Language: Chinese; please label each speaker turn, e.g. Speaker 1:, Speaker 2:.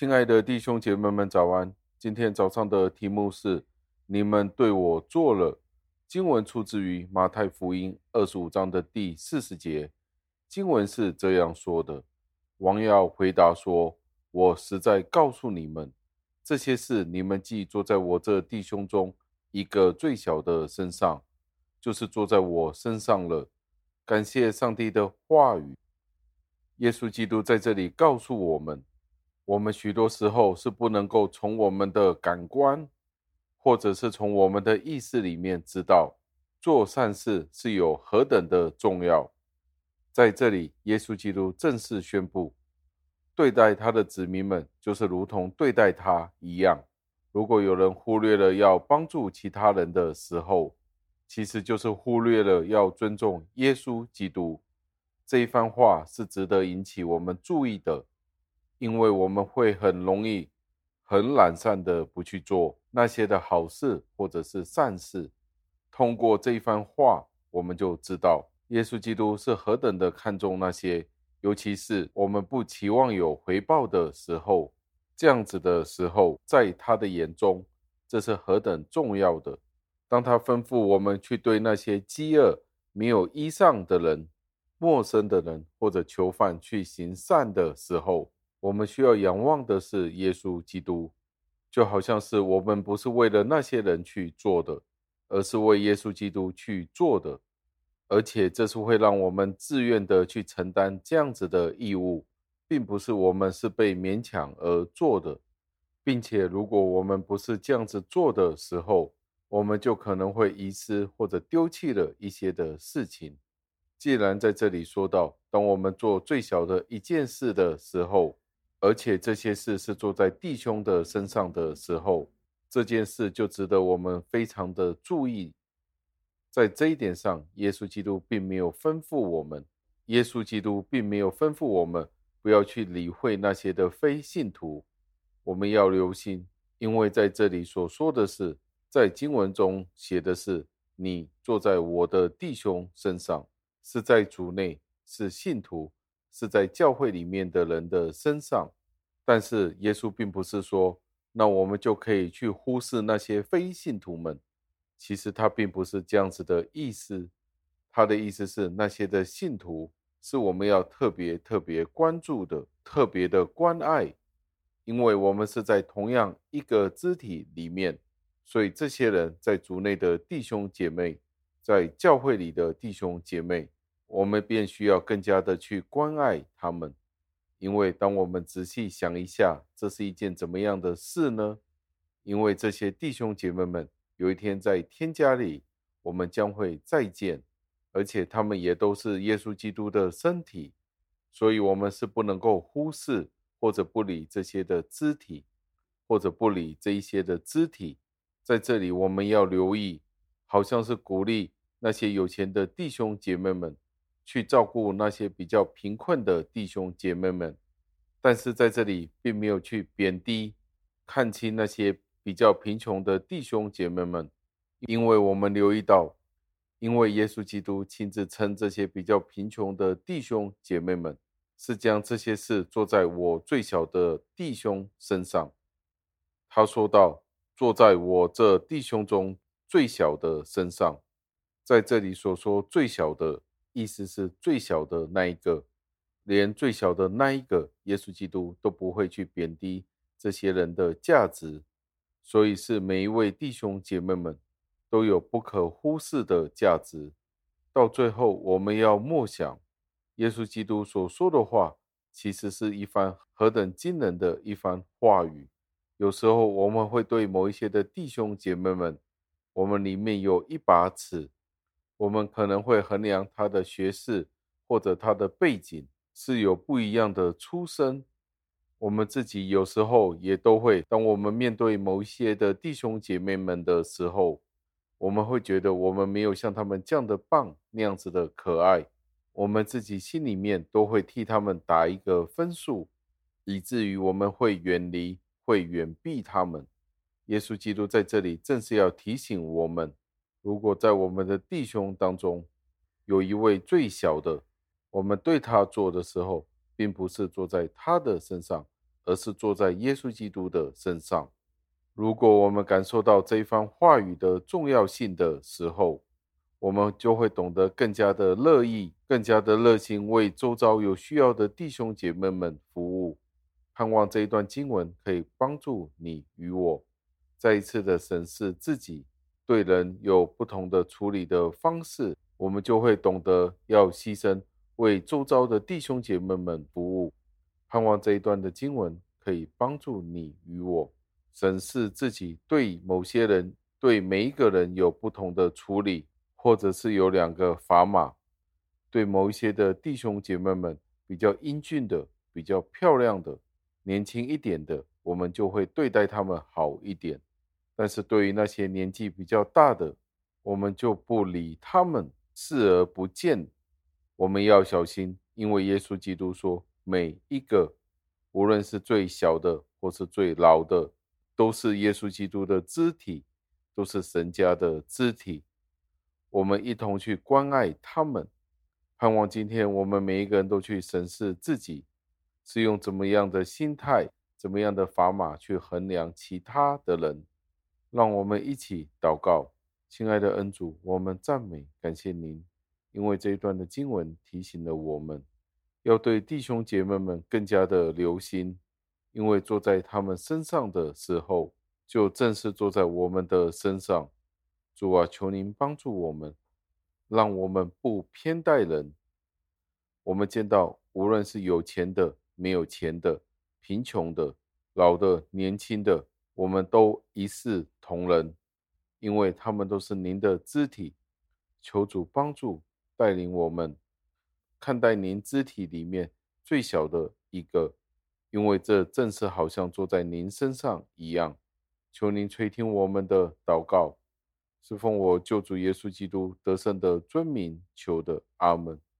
Speaker 1: 亲爱的弟兄姐妹们，早安！今天早上的题目是：你们对我做了。经文出自于马太福音25章的第40节。经文是这样说的：王要回答说：我实在告诉你们，这些事你们既做在我这弟兄中一个最小的身上，就是做在我身上了。感谢上帝的话语。耶稣基督在这里告诉我们，我们许多时候是不能够从我们的感官，或者是从我们的意识里面知道做善事是有何等的重要。在这里，耶稣基督正式宣布，对待他的子民们就是如同对待他一样。如果有人忽略了要帮助其他人的时候，其实就是忽略了要尊重耶稣基督。这一番话是值得引起我们注意的，因为我们会很容易很懒散的不去做那些的好事或者是善事。通过这一番话，我们就知道耶稣基督是何等的看重那些，尤其是我们不期望有回报的时候，这样子的时候，在他的眼中，这是何等重要的。当他吩咐我们去对那些饥饿、没有衣裳的人、陌生的人或者囚犯去行善的时候，我们需要仰望的是耶稣基督，就好像是我们不是为了那些人去做的，而是为耶稣基督去做的，而且这是会让我们自愿的去承担这样子的义务，并不是我们是被勉强而做的，并且如果我们不是这样子做的时候，我们就可能会遗失或者丢弃了一些的事情。既然在这里说到，当我们做最小的一件事的时候，而且这些事是做在弟兄的身上的时候，这件事就值得我们非常的注意。在这一点上，耶稣基督并没有吩咐我们，不要去理会那些的非信徒。我们要留心，因为在这里所说的是，在经文中写的是，你坐在我的弟兄身上，是在主内，是信徒，是在教会里面的人的身上。但是耶稣并不是说，那我们就可以去忽视那些非信徒们。其实他并不是这样子的意思，他的意思是那些的信徒是我们要特别特别关注的，特别的关爱，因为我们是在同样一个肢体里面，所以这些人在族内的弟兄姐妹，在教会里的弟兄姐妹，我们便需要更加的去关爱他们。因为当我们仔细想一下，这是一件怎么样的事呢？因为这些弟兄姐妹们有一天在天家里，我们将会再见，而且他们也都是耶稣基督的身体，所以我们是不能够忽视或者不理这些的肢体，或者不理这一些的肢体。在这里我们要留意，好像是鼓励那些有钱的弟兄姐妹们去照顾那些比较贫困的弟兄姐妹们，但是在这里并没有去贬低、看轻那些比较贫穷的弟兄姐妹们，因为我们留意到，因为耶稣基督亲自称这些比较贫穷的弟兄姐妹们是将这些事做在我最小的弟兄身上。他说道，坐在我这弟兄中最小的身上。在这里所说最小的，意思是最小的那一个，连最小的那一个耶稣基督都不会去贬低这些人的价值，所以是每一位弟兄姐妹们都有不可忽视的价值。到最后我们要默想，耶稣基督所说的话其实是一番何等惊人的一番话语。有时候我们会对某一些的弟兄姐妹们，我们里面有一把尺，我们可能会衡量他的学识或者他的背景是有不一样的出身。我们自己有时候也都会，当我们面对某一些的弟兄姐妹们的时候，我们会觉得我们没有像他们这样的棒，那样子的可爱，我们自己心里面都会替他们打一个分数，以至于我们会远离，会远避他们。耶稣基督在这里正是要提醒我们，如果在我们的弟兄当中有一位最小的，我们对他做的时候，并不是坐在他的身上， 而是坐在耶稣基督的身上。如果我们感受到这一番话语的重要性的时候，我们就会懂得更加的乐意，更加的热心为周遭有需要的弟兄姐妹们服务。盼望这一段经文可以帮助你与我再一次的审视自己，对人有不同的处理的方式，我们就会懂得要牺牲，为周遭的弟兄姐妹们服务。盼望这一段的经文可以帮助你与我审视自己对某些人、对每一个人有不同的处理，或者是有两个砝码，对某一些的弟兄姐妹们比较英俊的、比较漂亮的、年轻一点的，我们就会对待他们好一点。但是对于那些年纪比较大的，我们就不理他们，视而不见。我们要小心，因为耶稣基督说，每一个，无论是最小的或是最老的，都是耶稣基督的肢体，都是神家的肢体。我们一同去关爱他们。盼望今天我们每一个人都去审视自己，是用怎么样的心态、怎么样的砝码去衡量其他的人。让我们一起祷告。亲爱的恩主，我们赞美感谢您，因为这一段的经文提醒了我们，要对弟兄姐妹们更加的留心，因为坐在他们身上的时候，就正是坐在我们的身上。主啊，求您帮助我们，让我们不偏待人。我们见到无论是有钱的、没有钱的、贫穷的、老的、年轻的，我们都一视同仁，因为他们都是您的肢体。求主帮助带领我们看待您肢体里面最小的一个，因为这正是好像坐在您身上一样。求您垂听我们的祷告，是奉我救主耶稣基督得胜的尊名求的，阿门。